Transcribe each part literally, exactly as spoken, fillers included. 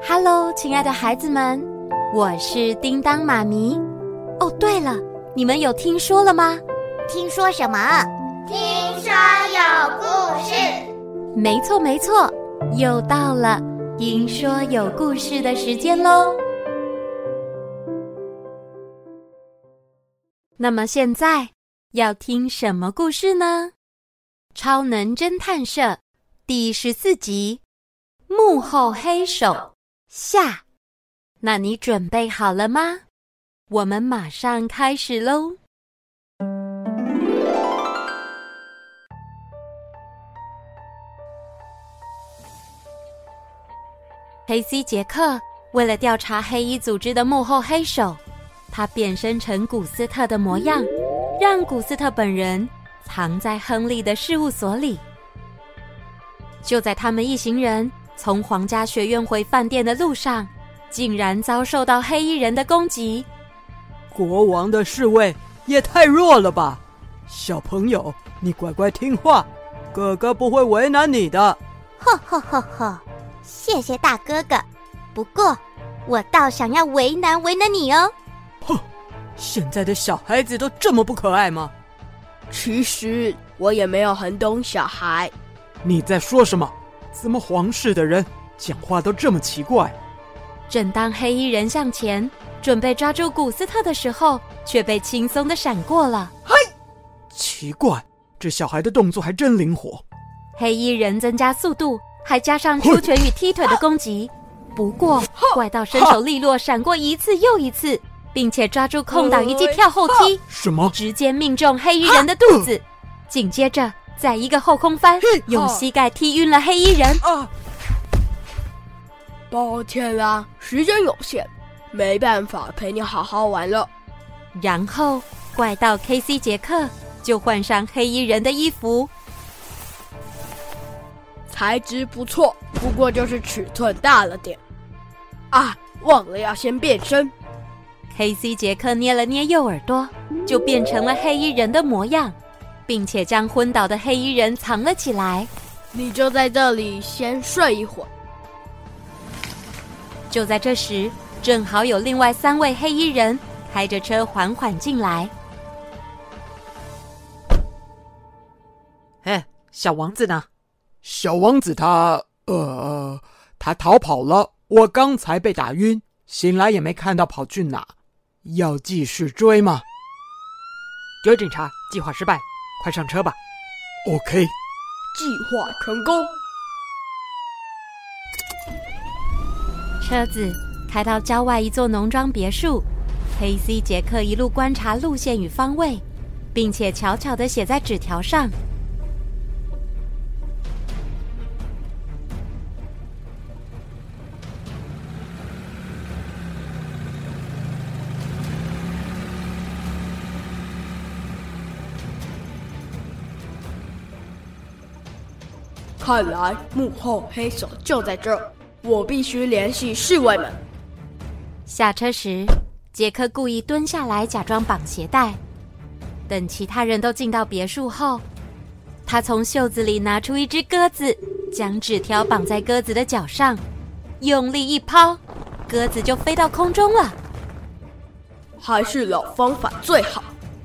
Hello， 亲爱的孩子们，我是叮当妈咪。哦，对了，你们有听说了吗？ 听说什么？ 听说有故事。 没错没错，又到了听说有故事的时间咯。那么现在要听什么故事呢？超能侦探社第十四集，幕后黑手下。那你准备好了吗？我们马上开始咯。黑西杰克为了调查黑衣组织的幕后黑手，他变身成古斯特的模样，让古斯特本人藏在亨利的事务所里。就在他们一行人从皇家学院回饭店的路上，竟然遭受到黑衣人的攻击。 国王的侍卫也太弱了吧！小朋友，你乖乖听话，哥哥不会为难你的。 呵呵呵呵，谢谢大哥哥，不过我倒想要为难为难你哦。 哼，现在的小孩子都这么不可爱吗？ 其实我也没有很懂小孩。 你在说什么？怎么皇室的人讲话都这么奇怪？ 正当黑衣人向前准备抓住古斯特的时候，却被轻松地闪过了。 嘿，奇怪，这小孩的动作还真灵活。 黑衣人增加速度，还加上出拳与踢腿的攻击。不过怪盗身手利落，闪过一次又一次，并且抓住空档一记跳后踢， 什么？ 直接命中黑衣人的肚子。紧接着再一个后空翻，用膝盖踢晕了黑衣人。 抱歉啦，时间有限，没办法陪你好好玩了。 然后怪盗 K C 杰克就换上黑衣人的衣服， 材质不错，不过就是尺寸大了点。啊，忘了要先变身。 K C 杰克捏了捏右耳朵，就变成了黑衣人的模样，并且将昏倒的黑衣人藏了起来。 你就在这里先睡一会儿。 就在这时，正好有另外三位黑衣人开着车缓缓进来。 哎，小王子呢？ 小王子他呃，他逃跑了。我刚才被打晕，醒来也没看到跑去哪。要继续追吗？ 有警察，计划失败，快上车吧。 OK， 计划成功。 车子开到郊外一座农庄别墅，黑西杰克一路观察路线与方位，并且悄悄地写在纸条上。 看来幕后黑手就在这儿，我必须联系侍卫们。 下车时，杰克故意蹲下来假装绑鞋带。等其他人都进到别墅后，他从袖子里拿出一只鸽子，将纸条绑在鸽子的脚上，用力一抛，鸽子就飞到空中了。 还是老方法最好。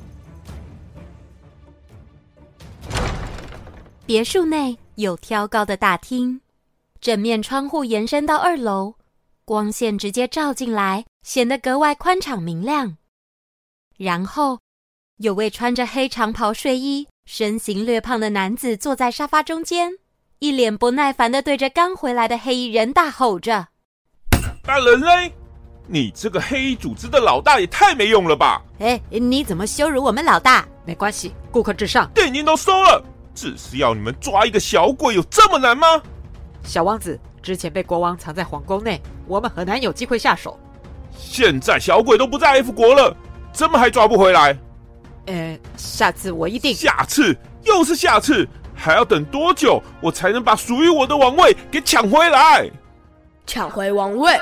别墅内有挑高的大厅，整面窗户延伸到二楼，光线直接照进来，显得格外宽敞明亮。然后有位穿着黑长袍睡衣、身形略胖的男子坐在沙发中间，一脸不耐烦地对着刚回来的黑衣人大吼着： 大人嘞，你这个黑衣组织的老大也太没用了吧！ 哎，你怎么羞辱我们老大？没关系，顾客至上。 电影都收了，只是要你们抓一个小鬼，有这么难吗？ 小王子之前被国王藏在皇宫内，我们很难有机会下手。 现在小鬼都不在 F 国了，怎么还抓不回来？ 呃，下次我一定…… 下次又是下次，还要等多久我才能把属于我的王位给抢回来？ 抢回王位？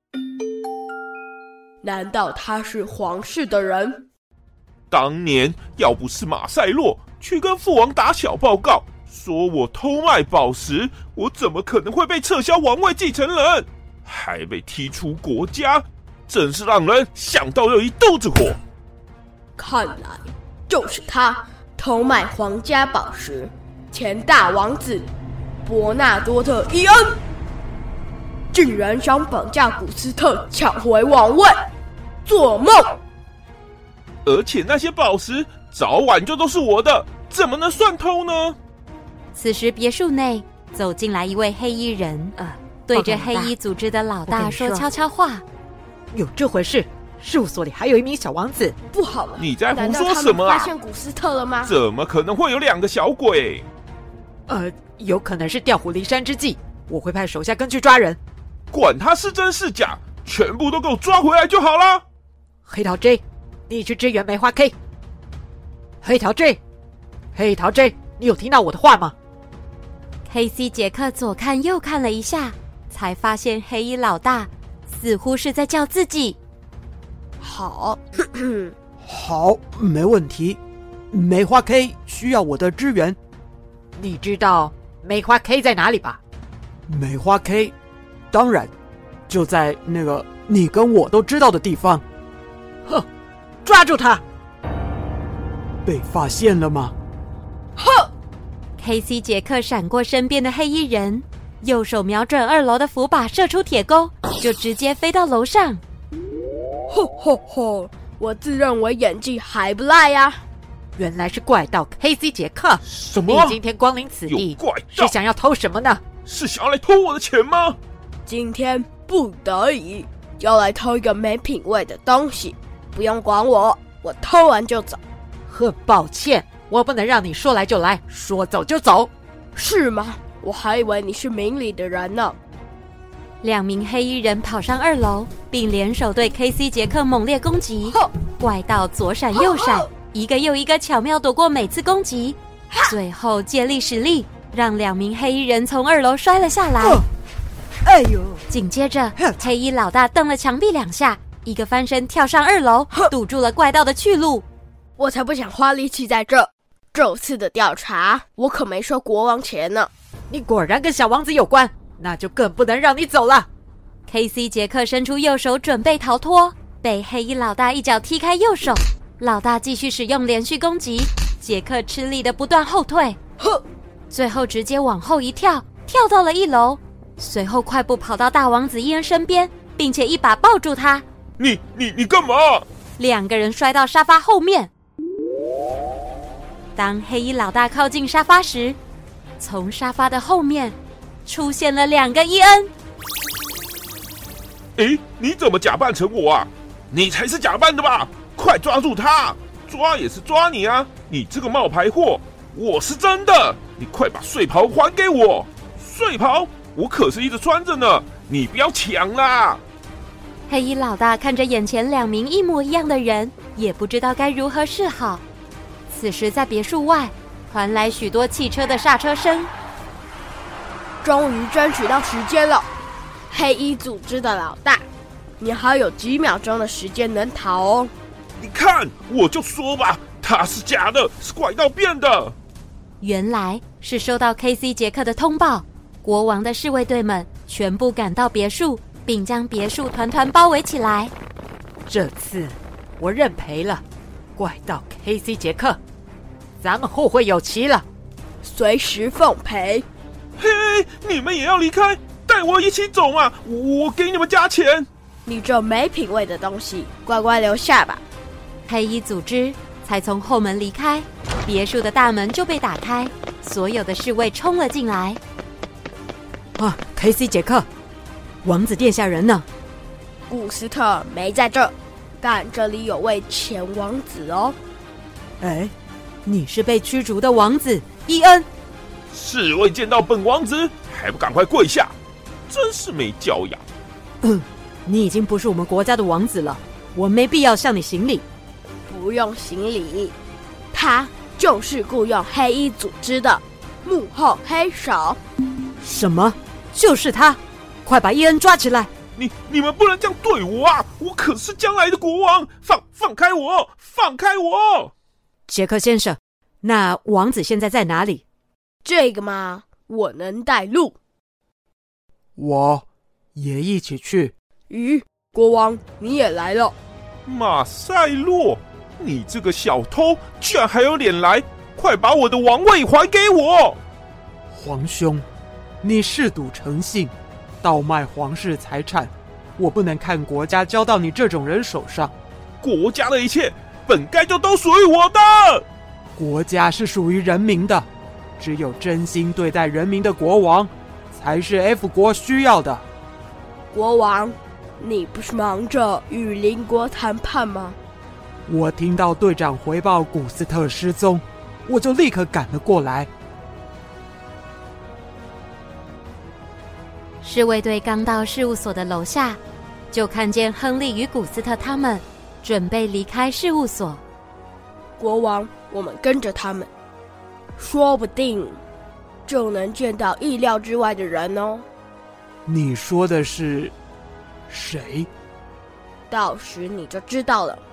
难道他是皇室的人？ 当年要不是马赛洛去跟父王打小报告，说我偷卖宝石，我怎么可能会被撤销王位继承人？ 还被踢出国家，真是让人想到有一肚子火。 看来就是他偷买皇家宝石，前大王子伯纳多特·伊恩，竟然想绑架古斯特抢回王位，做梦！ 而且那些宝石早晚就都是我的，怎么能算偷呢？ 此时别墅内走进来一位黑衣人，呃，对着黑衣组织的老大说悄悄话：“ 有这回事？事务所里还有一名小王子。 不好了， 你在胡说什么啊？ 发现古斯特了吗？ 怎么可能会有两个小鬼？ 呃，有可能是调虎离山之计，我会派手下跟去抓人。 管他是真是假，全部都给我抓回来就好了。 黑桃 J， 你去支援梅花 K。黑桃 J， 黑桃 J， 你有听到我的话吗？” K C 杰克左看右看了一下，才发现黑衣老大似乎是在叫自己。 好， 好，没问题。梅花 K 需要我的支援。 你知道梅花 K 在哪里吧？ 梅花 K， 当然，就在那个你跟我都知道的地方。 哼，抓住他！ 被发现了吗？ 哼！ K C 杰克闪过身边的黑衣人，右手瞄准二楼的扶把，射出铁钩，就直接飞到楼上。 吼吼吼！我自认为演技还不赖呀、啊。 原来是怪盗 K C 杰克。 什么？ 你今天光临此地， 怪是想要偷什么呢？ 是想要来偷我的钱吗？ 今天不得已要来偷一个没品味的东西，不用管我，我偷完就走。 很抱歉。我不能让你说来就来，说走就走。 是吗？我还以为你是明理的人呢。 两名黑衣人跑上二楼，并联手对 K C 杰克猛烈攻击。怪盗左闪右闪，一个又一个巧妙躲过每次攻击，最后借力使力，让两名黑衣人从二楼摔了下来。 哎呦！ 紧接着，黑衣老大蹬了墙壁两下，一个翻身跳上二楼，堵住了怪盗的去路。 我才不想花力气在这。这次的调查，我可没收国王钱呢。 你果然跟小王子有关，那就更不能让你走了。 K C 杰克伸出右手准备逃脱，被黑衣老大一脚踢开右手。老大继续使用连续攻击，杰克吃力的不断后退， 呵， 最后直接往后一跳，跳到了一楼，随后快步跑到大王子伊恩身边，并且一把抱住他。 你你你干嘛？ 两个人摔到沙发后面。当黑衣老大靠近沙发时，从沙发的后面出现了两个伊恩。 诶，你怎么假扮成我啊？你才是假扮的吧？快抓住他！抓也是抓你啊！你这个冒牌货！我是真的！你快把睡袍还给我！睡袍我可是一直穿着呢，你不要抢啦！ 黑衣老大看着眼前两名一模一样的人，也不知道该如何是好。此时在别墅外传来许多汽车的刹车声。 终于争取到时间了，黑衣组织的老大，你还有几秒钟的时间能逃哦。 你看，我就说吧，他是假的，是怪盗变的。 原来是收到 K C 杰克的通报，国王的侍卫队们全部赶到别墅，并将别墅团团包围起来。 这次我认赔了，怪盗 K C 杰克，咱们后会有期了， 随时奉陪。 嘿，你们也要离开，带我一起走嘛！我给你们加钱。 你这没品味的东西，乖乖留下吧。 黑衣组织才从后门离开，别墅的大门就被打开，所有的侍卫冲了进来。 啊 ，K C 杰克，王子殿下人呢？ 古斯特没在这，但这里有位前王子哦。 哎，你是被驱逐的王子伊恩。 侍卫见到本王子，还不赶快跪下！真是没教养。 嗯，你已经不是我们国家的王子了，我没必要向你行礼。 不用行礼，他就是雇佣黑衣组织的幕后黑手。 什么？就是他！快把伊恩抓起来！ 你你们不能这样对我啊！我可是将来的国王！放放开我！放开我！ 杰克先生，那王子现在在哪里？ 这个嘛，我能带路。 我也一起去。 咦，国王你也来了？ 马赛洛，你这个小偷居然还有脸来！快把我的王位还给我！ 皇兄，你嗜赌成性，倒卖皇室财产，我不能看国家交到你这种人手上。 国家的一切本该就都属于我的。 国家是属于人民的，只有真心对待人民的国王，才是 F 国需要的。 国王，你不是忙着与邻国谈判吗？ 我听到队长回报古斯特失踪，我就立刻赶了过来。 侍卫队刚到事务所的楼下，就看见亨利与古斯特他们准备离开事务所。 国王，我们跟着他们，说不定就能见到意料之外的人哦。 你说的是谁？ 到时你就知道了。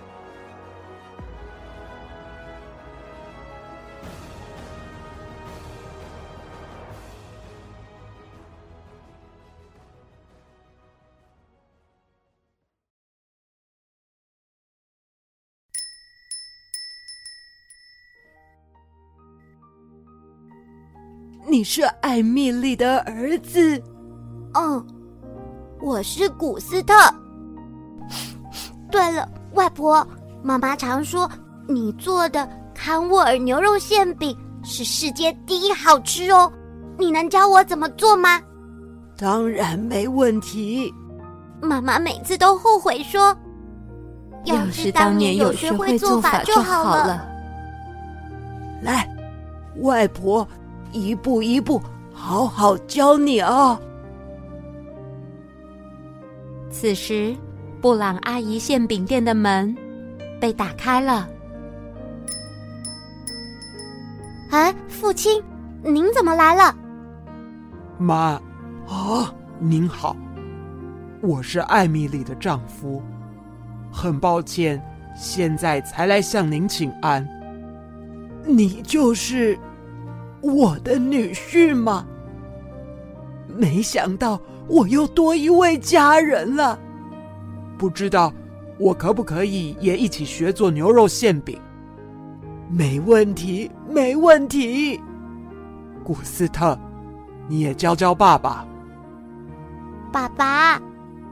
你是艾米丽的儿子？ 嗯，我是古斯特。对了，外婆，妈妈常说你做的康沃尔牛肉馅饼是世界第一好吃哦，你能教我怎么做吗？ 当然没问题。 妈妈每次都后悔说， 要是当年有学会做法就好了。 来，外婆一步一步好好教你啊。 此时布朗阿姨馅饼店的门被打开了。 哎，父亲，您怎么来了？ 妈，啊，您好，我是艾米丽的丈夫，很抱歉，现在才来向您请安。 你就是我的女婿吗？没想到我又多一位家人了。 不知道我可不可以也一起学做牛肉馅饼？ 没问题，没问题。 古斯特，你也教教爸爸。 爸爸。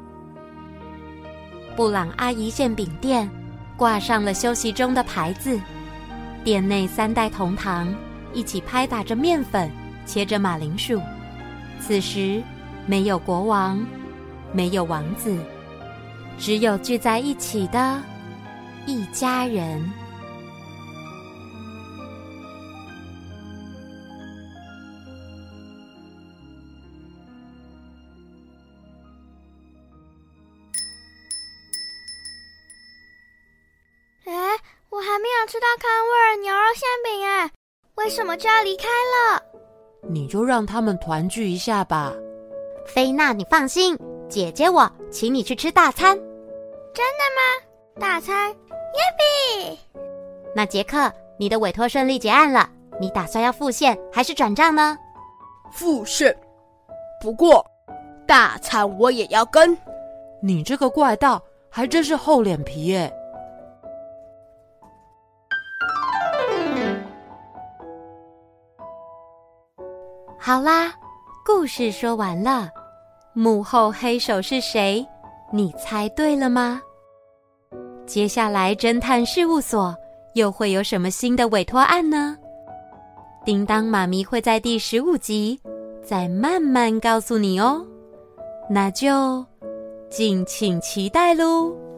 布朗阿姨馅饼店挂上了休息中的牌子，店内三代同堂，一起拍打着面粉，切着马铃薯。此时没有国王，没有王子，只有聚在一起的一家人。 哎，我还没有吃到康沃尔牛肉馅饼哎，为什么就要离开了？ 你就让他们团聚一下吧。 菲娜，你放心，姐姐我请你去吃大餐。 真的吗？大餐，耶比！ 那杰克，你的委托顺利结案了，你打算要付现还是转账呢？ 付现，不过大餐我也要跟。 你这个怪盗还真是厚脸皮耶。 好啦，故事说完了，幕后黑手是谁？你猜对了吗？接下来侦探事务所又会有什么新的委托案呢？叮当妈咪会在第十五集再慢慢告诉你哦，那就敬请期待咯。